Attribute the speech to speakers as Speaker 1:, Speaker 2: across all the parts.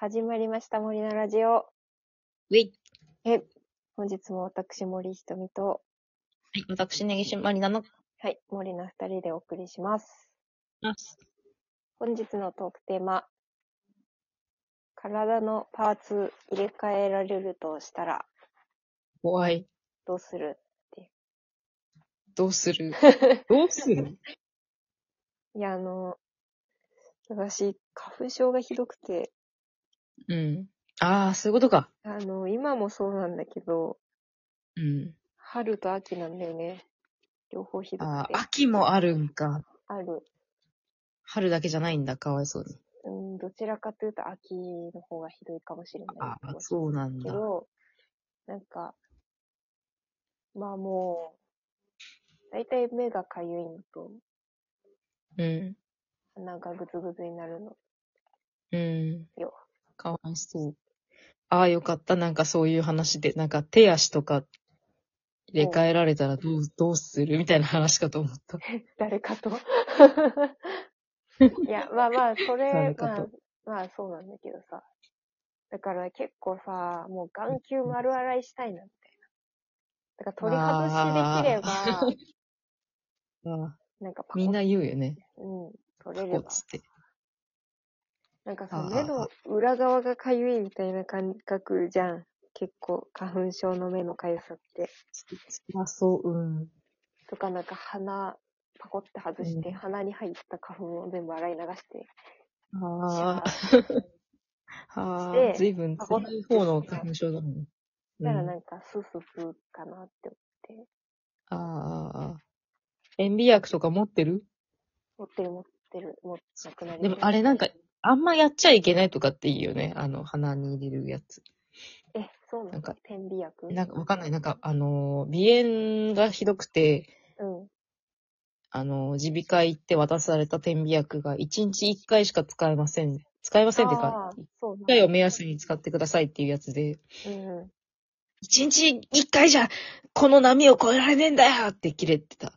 Speaker 1: 始まりました、森のラジオ。
Speaker 2: うい。
Speaker 1: 本日も私、森ひとみと、
Speaker 2: はい、私、ねぎしまりなの。
Speaker 1: はい、森の二人でお送りします。
Speaker 2: あ、
Speaker 1: 本日のトークテーマ、体のパーツ入れ替えられるとしたら、
Speaker 2: 怖い。
Speaker 1: どうする
Speaker 2: どうするどうする
Speaker 1: いや、私、花粉症がひどくて、
Speaker 2: うん。ああ、そういうことか。
Speaker 1: 今もそうなんだけど、
Speaker 2: うん。
Speaker 1: 春と秋なんだよね。両方ひどく
Speaker 2: ああ、
Speaker 1: て。
Speaker 2: 秋もあるんか。
Speaker 1: ある。
Speaker 2: 春だけじゃないんだ、かわいそうに。
Speaker 1: どちらかというと秋の方がひどいかもしれない
Speaker 2: ああ、そうなんだ。
Speaker 1: けど、なんか、まあもう、だいたい目がかゆいのと、
Speaker 2: うん。
Speaker 1: 鼻がぐずぐずになるの
Speaker 2: うん。
Speaker 1: よ。
Speaker 2: かわいそう。ああ、よかった。なんかそういう話で、なんか手足とか入れ替えられたらどうするみたいな話かと思った。
Speaker 1: 誰かと。いや、まあまあ、それ、
Speaker 2: 誰かと。
Speaker 1: まあそうなんだけどさ。だから結構さ、もう眼球丸洗いしたいな、みたいな。だから取り外しできれ
Speaker 2: あ
Speaker 1: ば、
Speaker 2: あ、ああ、
Speaker 1: なんかパコッ、
Speaker 2: みんな言うよね。
Speaker 1: 取
Speaker 2: パ
Speaker 1: れれば。
Speaker 2: コッつって。
Speaker 1: なんかさ、目の
Speaker 2: ああ、
Speaker 1: 裏側がかゆいみたいな感覚じゃん。結構、花粉症の目のかゆさって。
Speaker 2: そりゃそう、うん。
Speaker 1: とかなんか鼻、パコって外して、鼻に入った花粉を全部洗い流して、シャ
Speaker 2: ああ、
Speaker 1: ーってし
Speaker 2: ああ、
Speaker 1: て、
Speaker 2: ずいぶん
Speaker 1: パコっ
Speaker 2: 辛い
Speaker 1: て
Speaker 2: 方の花
Speaker 1: した
Speaker 2: 粉症だもん。うん。
Speaker 1: らなんかスースーするかなって思って。
Speaker 2: ああ、ああ。塩ビ薬とか持ってる？
Speaker 1: 持ってる、もうなくなり
Speaker 2: でも
Speaker 1: そう。
Speaker 2: あれなんか、あんまやっちゃいけないとかっていいよね。鼻に入れるやつ。
Speaker 1: そうなの？
Speaker 2: なんか、
Speaker 1: 点鼻薬？
Speaker 2: わかんない。鼻炎がひどくて、
Speaker 1: うん。
Speaker 2: 耳鼻科行って渡された点鼻薬が1日1回しか使えません。使えませんってか、
Speaker 1: ああ、そう
Speaker 2: 1
Speaker 1: なんだ。
Speaker 2: 回を目安に使ってくださいっていうやつで、
Speaker 1: うんうん。
Speaker 2: 1日1回じゃ、この波を越えられねえんだよって切れてた。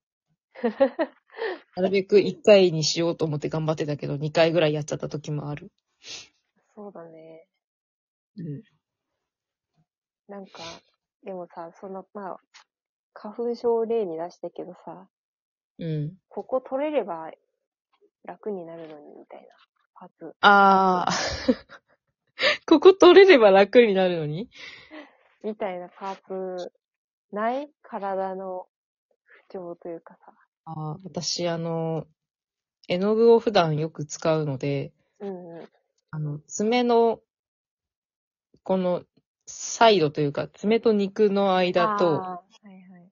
Speaker 2: なるべく1回にしようと思って頑張ってたけど、2回ぐらいやっちゃった時もある。
Speaker 1: そうだね。
Speaker 2: うん。
Speaker 1: なんか、でもさ、まあ、花粉症を例に出したけどさ、
Speaker 2: うん。
Speaker 1: ここ取れれば楽になるのに、みたいな。パーツ。
Speaker 2: あー。ここ取れれば楽になるのに。
Speaker 1: みたいなパーツ、ない体の不調というかさ。
Speaker 2: 私、絵の具を普段よく使うので、
Speaker 1: うんうん。
Speaker 2: 爪の、この、サイドというか、爪と肉の間と、
Speaker 1: ああ、はいはい。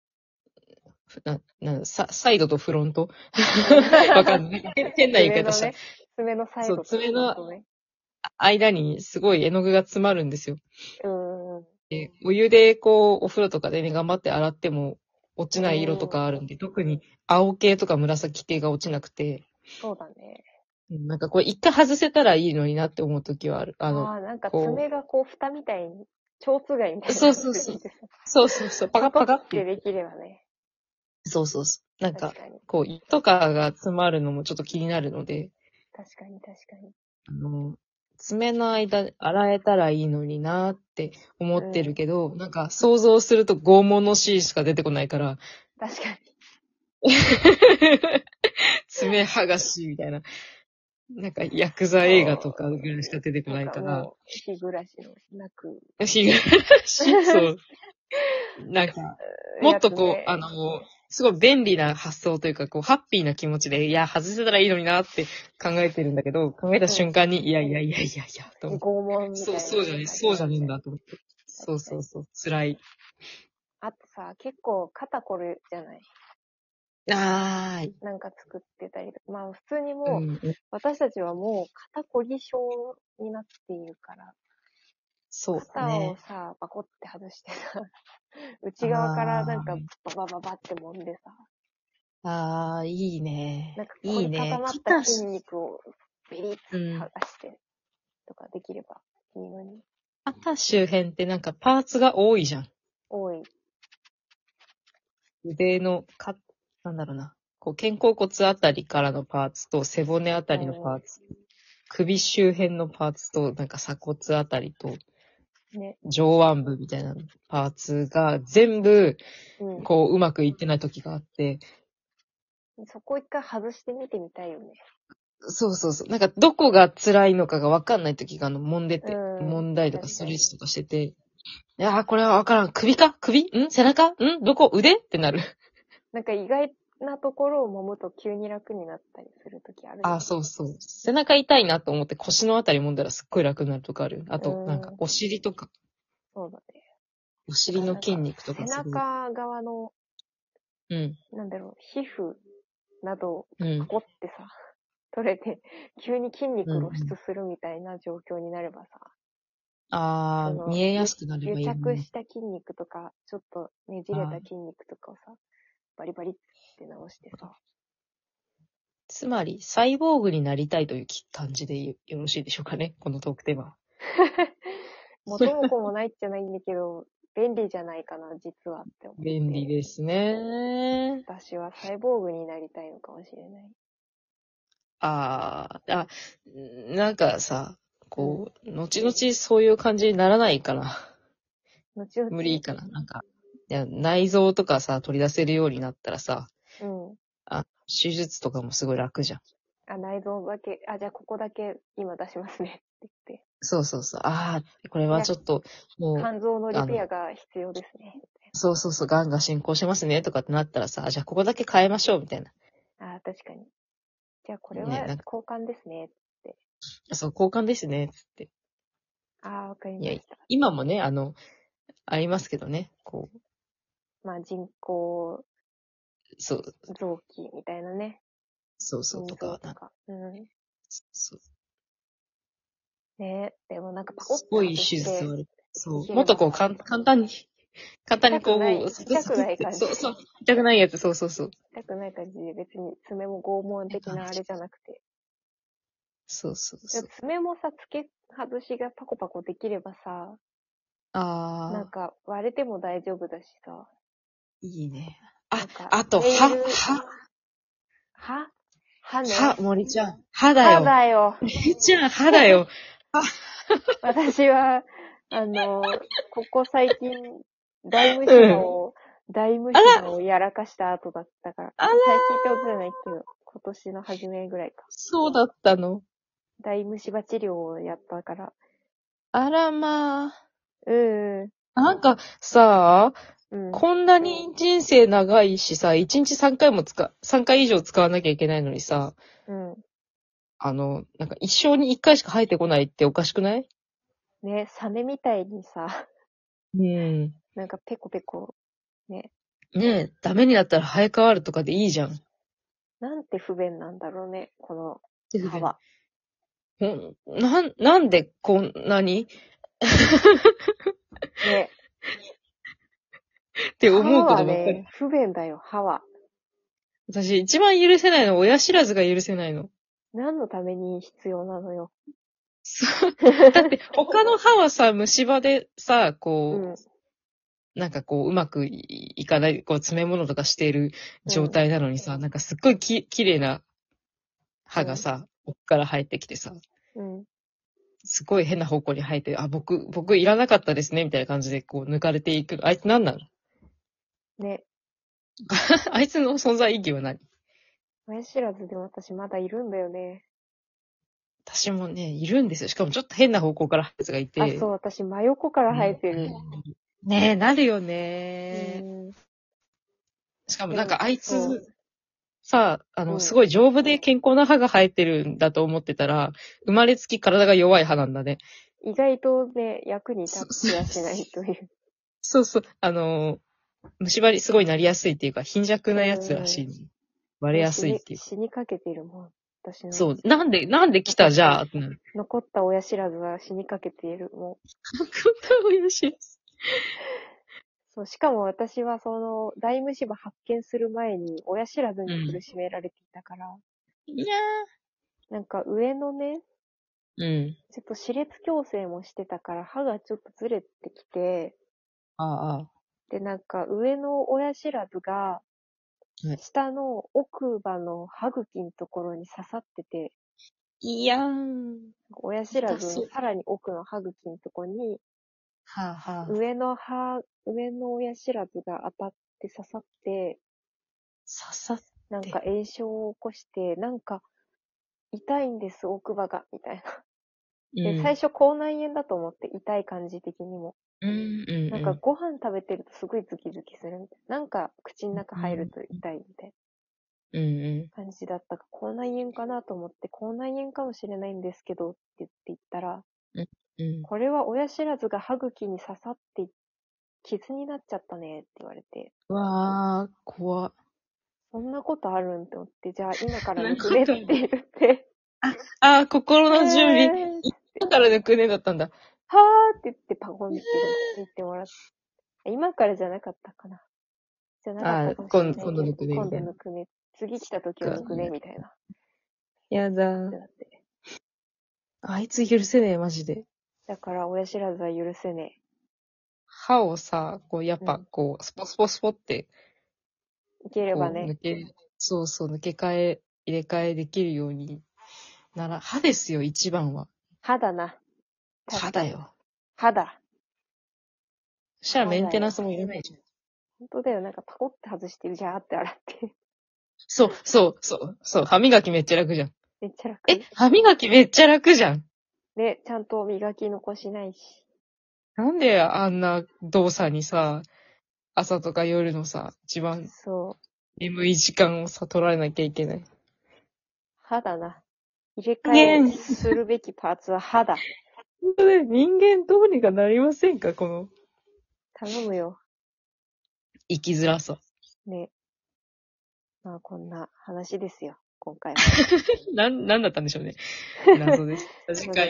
Speaker 2: サイドとフロント
Speaker 1: うん。
Speaker 2: わかんない。変な言い方した。
Speaker 1: 爪のね、爪のサイ
Speaker 2: そう、
Speaker 1: ドとフ
Speaker 2: 爪の
Speaker 1: ロントね。
Speaker 2: 間にすごい絵の具が詰まるんですよ。
Speaker 1: うんうん。
Speaker 2: で、お湯でこう、お風呂とかでね、頑張って洗っても落ちない色と
Speaker 1: うん。
Speaker 2: かあるんで、特に青系とか紫系が落ちなくて、
Speaker 1: そうだね。
Speaker 2: なんかこれ一回外せたらいいのになって思うときはある。
Speaker 1: ああ、なんか
Speaker 2: こ
Speaker 1: 爪がこう、蓋みたいに、蝶つがいみた
Speaker 2: う、
Speaker 1: いになっ
Speaker 2: そうそうそう。
Speaker 1: ててさ、
Speaker 2: そうそうそう。パカッ
Speaker 1: パコっ
Speaker 2: パカって言って。
Speaker 1: てできればね。
Speaker 2: そうそうそう。なんか、
Speaker 1: 確かに。
Speaker 2: こう、胃とかが詰まるのもちょっと気になるので、
Speaker 1: 確かに確かに。
Speaker 2: あの、爪の間洗えたらいいのになって思ってる
Speaker 1: うん。
Speaker 2: けど、なんか想像すると拷問のシーンしか出てこないから、
Speaker 1: 確かに。
Speaker 2: 爪剥がしみたいな。なんか、ヤクザ映画とかぐらいしか出てこ
Speaker 1: なん
Speaker 2: ないから、
Speaker 1: かもう、日暮らしのなく、
Speaker 2: 日暮らし、そう。なんか、もっ
Speaker 1: やつ
Speaker 2: とこう、
Speaker 1: ね。
Speaker 2: すごい便利な発想というか、こう、ハッピーな気持ちで、いや、外せたらいいのになって考えてるんだけど、考えた瞬間に、いやいやいやいやいや、と思って。
Speaker 1: 拷問みたいなのが始
Speaker 2: そうじゃねえん
Speaker 1: まるんだよ。
Speaker 2: だと思って。そう
Speaker 1: 確かに。
Speaker 2: そうそう、辛い。
Speaker 1: あとさ、結構肩こるじゃない？
Speaker 2: あーい。
Speaker 1: なんか作ってたりとか。まあ普通にもう、
Speaker 2: うん、
Speaker 1: 私たちはもう肩こり症になっているから、
Speaker 2: そうだ
Speaker 1: 肩を
Speaker 2: ね。
Speaker 1: さ、バコって外してさ、内側からなんか
Speaker 2: あー、
Speaker 1: ババババって揉んでさ、
Speaker 2: いいね。
Speaker 1: なんか凝り固
Speaker 2: いいね。
Speaker 1: まった筋肉をベリッつって剥
Speaker 2: うん。
Speaker 1: がしてとかできればいいのに。
Speaker 2: 肩周辺ってなんかパーツが多いじゃん。
Speaker 1: 多い。
Speaker 2: 腕の、なんだろうな。こう、肩甲骨あたりからのパーツと背骨あたりの
Speaker 1: うん。
Speaker 2: パーツ。 首周辺のパーツと、なんか鎖骨あたりと、
Speaker 1: ね。
Speaker 2: 上腕部みたいなパーツが全部、
Speaker 1: う
Speaker 2: こう、うまくいってない時があって、
Speaker 1: ん。そこ一回外してみてみたいよね。
Speaker 2: そうそうそう。なんか、どこが辛いのかがわかんない時が、揉んでて、
Speaker 1: うん。
Speaker 2: 揉んだりとか
Speaker 1: 確かに。
Speaker 2: ストレッチとかしてて、いやー、これはわからん。首か首背中どこ腕ってなる。
Speaker 1: なんか意外なところを揉むと急に楽になったりするときあるよ
Speaker 2: あ、
Speaker 1: ね。
Speaker 2: そうそう。背中痛いなと思って腰のあたり揉んだらすっごい楽になるとかある。あ
Speaker 1: う
Speaker 2: と、なんか、
Speaker 1: ん。
Speaker 2: お尻とか、
Speaker 1: そうだね。
Speaker 2: お
Speaker 1: だからなんか、
Speaker 2: 尻の筋肉と
Speaker 1: 背
Speaker 2: かすごい。
Speaker 1: 中側の、
Speaker 2: うん、
Speaker 1: なんだろう、皮膚などを
Speaker 2: うん、
Speaker 1: パコってさ、取れて、急に筋
Speaker 2: うん、う
Speaker 1: 肉露
Speaker 2: ん。
Speaker 1: 出するみたいな状況になればさ、
Speaker 2: あー、見えやすくなれ
Speaker 1: 癒
Speaker 2: ばいいね。
Speaker 1: 着した筋肉とか、ちょっとねじれた
Speaker 2: あー、
Speaker 1: 筋肉とかをさ、バリバリって直してさ。
Speaker 2: つまり、サイボーグになりたいという感じでよろしいでしょうかね。このトークテーマ。
Speaker 1: 元も子もないじゃないんだけど、便利じゃないかな、実はって思っ
Speaker 2: 便利
Speaker 1: て。
Speaker 2: ですね。
Speaker 1: 私はサイボーグになりたいのかもしれない。
Speaker 2: なんかさ、
Speaker 1: うん。
Speaker 2: こう、後々そういう感じにならないかな。
Speaker 1: 後々。
Speaker 2: 無理かな。なんか、いや、内臓とかさ、取り出せるようになったらさ、
Speaker 1: うん。
Speaker 2: 手術とかもすごい楽じゃん。
Speaker 1: あ、内臓だけ、あ、じゃあここだけ今出しますねって言って。
Speaker 2: そうそうそう。これ
Speaker 1: いや、
Speaker 2: はちょっと、も
Speaker 1: 肝臓の
Speaker 2: う、
Speaker 1: リペアが必要ですね。
Speaker 2: そうそうそう、癌が進行しますね、とかってなったらさ、じゃあここだけ変えましょう、みたいな。
Speaker 1: あ、確かに。じゃあこれ
Speaker 2: ね、
Speaker 1: は
Speaker 2: なんか、
Speaker 1: 交換ですねって。
Speaker 2: そう、交換ですね、つって。
Speaker 1: あ、わかり
Speaker 2: いや、
Speaker 1: ました。
Speaker 2: 今もね、ありますけどね、こ
Speaker 1: まあ人工
Speaker 2: う、そう、
Speaker 1: 臓器みたいなね。
Speaker 2: そうそう
Speaker 1: 心
Speaker 2: とか、
Speaker 1: 臓とか。うん。
Speaker 2: そう、
Speaker 1: ね、でもなんかパコって
Speaker 2: すごい
Speaker 1: 外して
Speaker 2: 手術はある。そう。
Speaker 1: いけ
Speaker 2: もっとこう、
Speaker 1: ればさ、
Speaker 2: 簡単にこう、サク
Speaker 1: 痛く
Speaker 2: サクって、
Speaker 1: ない感じ。
Speaker 2: そうそう、痛くないやつ、そうそうそう。
Speaker 1: 痛くない感じで別に爪も拷問的なあれじゃなくて。
Speaker 2: そうそう
Speaker 1: で
Speaker 2: そう。
Speaker 1: 爪もさ、付け外しがパコパコできればさ、なん
Speaker 2: あ
Speaker 1: か割れても大丈夫だしさ、
Speaker 2: いいね。
Speaker 1: なんか
Speaker 2: あと、
Speaker 1: ネイル、歯ね。
Speaker 2: 森ちゃん。歯だ
Speaker 1: 歯
Speaker 2: よ。
Speaker 1: だよ。
Speaker 2: 森ちゃん、歯だよ。
Speaker 1: 私は、ここ最近、大虫
Speaker 2: うん。
Speaker 1: 歯を、大
Speaker 2: あら、
Speaker 1: 虫歯をやらかした後だったから、
Speaker 2: あら、
Speaker 1: 最近ってことじゃないけど、今年の初めぐらいか。
Speaker 2: そうだったの。
Speaker 1: 大虫歯治療をやったから。
Speaker 2: あらまあ。
Speaker 1: うん、
Speaker 2: なんかさ、
Speaker 1: うん、
Speaker 2: こんなに人生長いしさ、1日3回以上使わなきゃいけないのにさ、
Speaker 1: うん。
Speaker 2: なんか一生に1回しか生えてこないっておかしくない？
Speaker 1: ね、サメみたいにさ、
Speaker 2: うん。
Speaker 1: なんかペコペコ、ね、
Speaker 2: ねえ、ダメになったら生え変わるとかでいいじゃん。
Speaker 1: なんて不便なんだろうね、この
Speaker 2: って不便。
Speaker 1: 歯は。
Speaker 2: なんでこんなに
Speaker 1: ね、
Speaker 2: って
Speaker 1: 歯
Speaker 2: 思うことばっかり。
Speaker 1: はね、不便だよ、歯は。
Speaker 2: 私一番許せないのは親知らずが許せないの。
Speaker 1: 何のために必要なのよ。
Speaker 2: そうだって他の歯はさ、虫歯でさ、
Speaker 1: うん、
Speaker 2: なんかこう、うまくいかない、こう、詰め物とかしている状
Speaker 1: うん、
Speaker 2: 態なのにさ、なんかすっごい綺麗な
Speaker 1: うん、
Speaker 2: 歯がさ、奥から生えてきてさ、
Speaker 1: うん。
Speaker 2: すごい変な方向に生えて、僕いらなかったですね、みたいな感じでこう抜かれていく。あいつ何なの？
Speaker 1: ね、
Speaker 2: あいつの存在意義は何？
Speaker 1: 親知らずで私まだいるんだよね。
Speaker 2: 私もね、いるんですよ。しかもちょっと変な方向から生えたやつがい
Speaker 1: あ、そう、
Speaker 2: て。
Speaker 1: 私真横から生えてる。
Speaker 2: ねえ、なるよ
Speaker 1: う
Speaker 2: ね。
Speaker 1: ん。
Speaker 2: しかも
Speaker 1: でも、
Speaker 2: なんかあい
Speaker 1: そ
Speaker 2: つ、さ、
Speaker 1: う、うん。
Speaker 2: すごい丈夫で健康な歯が生えてるんだと思ってたら、生まれつき体が弱い歯なんだね。
Speaker 1: 意外とね、役に立
Speaker 2: そ、
Speaker 1: ってはしないという。
Speaker 2: そうそう。虫歯にすごいなりやすいっていうか、貧弱なやつら
Speaker 1: うん。
Speaker 2: しいの。割れ
Speaker 1: もう
Speaker 2: やすいっていうか。
Speaker 1: 死にかけてるもん。私の
Speaker 2: そう。なんで来たじゃあってなる。
Speaker 1: 残った親知らずは死にかけている。もう。
Speaker 2: 本当嬉しい。
Speaker 1: そう、しかも私はその、大虫歯発見する前に親知らずに苦
Speaker 2: うん。
Speaker 1: しめられていたから、
Speaker 2: いや
Speaker 1: なんか上のね、
Speaker 2: ー。うん。
Speaker 1: ちょっと歯列矯正もしてたから歯がちょっとずれてきて、
Speaker 2: ああ、
Speaker 1: で、なんか上の親知らずが、
Speaker 2: はい。
Speaker 1: 下の奥歯の歯茎のところに刺さってて、
Speaker 2: いやん。
Speaker 1: 親知らずのさらに奥の歯茎のとこに、
Speaker 2: はあ、はあ。
Speaker 1: 上の親知らずが当たって刺さって、
Speaker 2: 刺さって。
Speaker 1: なんか炎症を起こして、なんか痛いんです、奥歯が、みたいな。で、最初口内炎だと思って、痛い感じ的にも。なんかご飯食べてるとすごいズキズキするみたいな。なんか口の中入ると痛いみたいな感じだったか、口内炎かなと思って、口内炎かもしれないんですけどって言ったら、これは親知らずが歯茎に刺さって傷になっちゃったねって言われて。
Speaker 2: わー、怖っ。
Speaker 1: そんなことあるんって思って、じゃあ今から抜くねって言って。
Speaker 2: あ、心の準備。今から抜くねだったんだ。
Speaker 1: はーって言ってパコンって言ってもらって。今からじゃなかったかな。じゃなかったかもしれないけど。
Speaker 2: 今度抜くね。
Speaker 1: 今度抜くね。次来た時は抜くね、みたいな。
Speaker 2: やだ。あいつ許せねえ、マジで。
Speaker 1: だから親知らずは許せねえ。
Speaker 2: 歯をさ、こう、やっぱ、こう、スポスポスポって、
Speaker 1: いければね。
Speaker 2: そうそう、入れ替えできるようになら、歯ですよ、一番は。
Speaker 1: 歯だな。
Speaker 2: 歯だよ。
Speaker 1: 歯だ。
Speaker 2: そしたらメンテナンスもいらないじゃん。
Speaker 1: 本当だよ、なんかパコって外して、ジャーって洗って。
Speaker 2: そう。歯磨きめっちゃ楽じゃん。
Speaker 1: めっちゃ楽。
Speaker 2: 歯磨きめっちゃ楽じゃん。
Speaker 1: で、ちゃんと磨き残しないし。
Speaker 2: なんであんな動作にさ、朝とか夜のさ、一番眠い時間をさ、取られなきゃいけない。
Speaker 1: 歯だな。入れ替えするべきパーツは歯だ。
Speaker 2: 本当ね、人間どうにかなりませんか、この。
Speaker 1: 頼むよ。
Speaker 2: 生きづらさ。
Speaker 1: ね。まあこんな話ですよ、今回は。
Speaker 2: なんだったんでしょうね。謎です。次回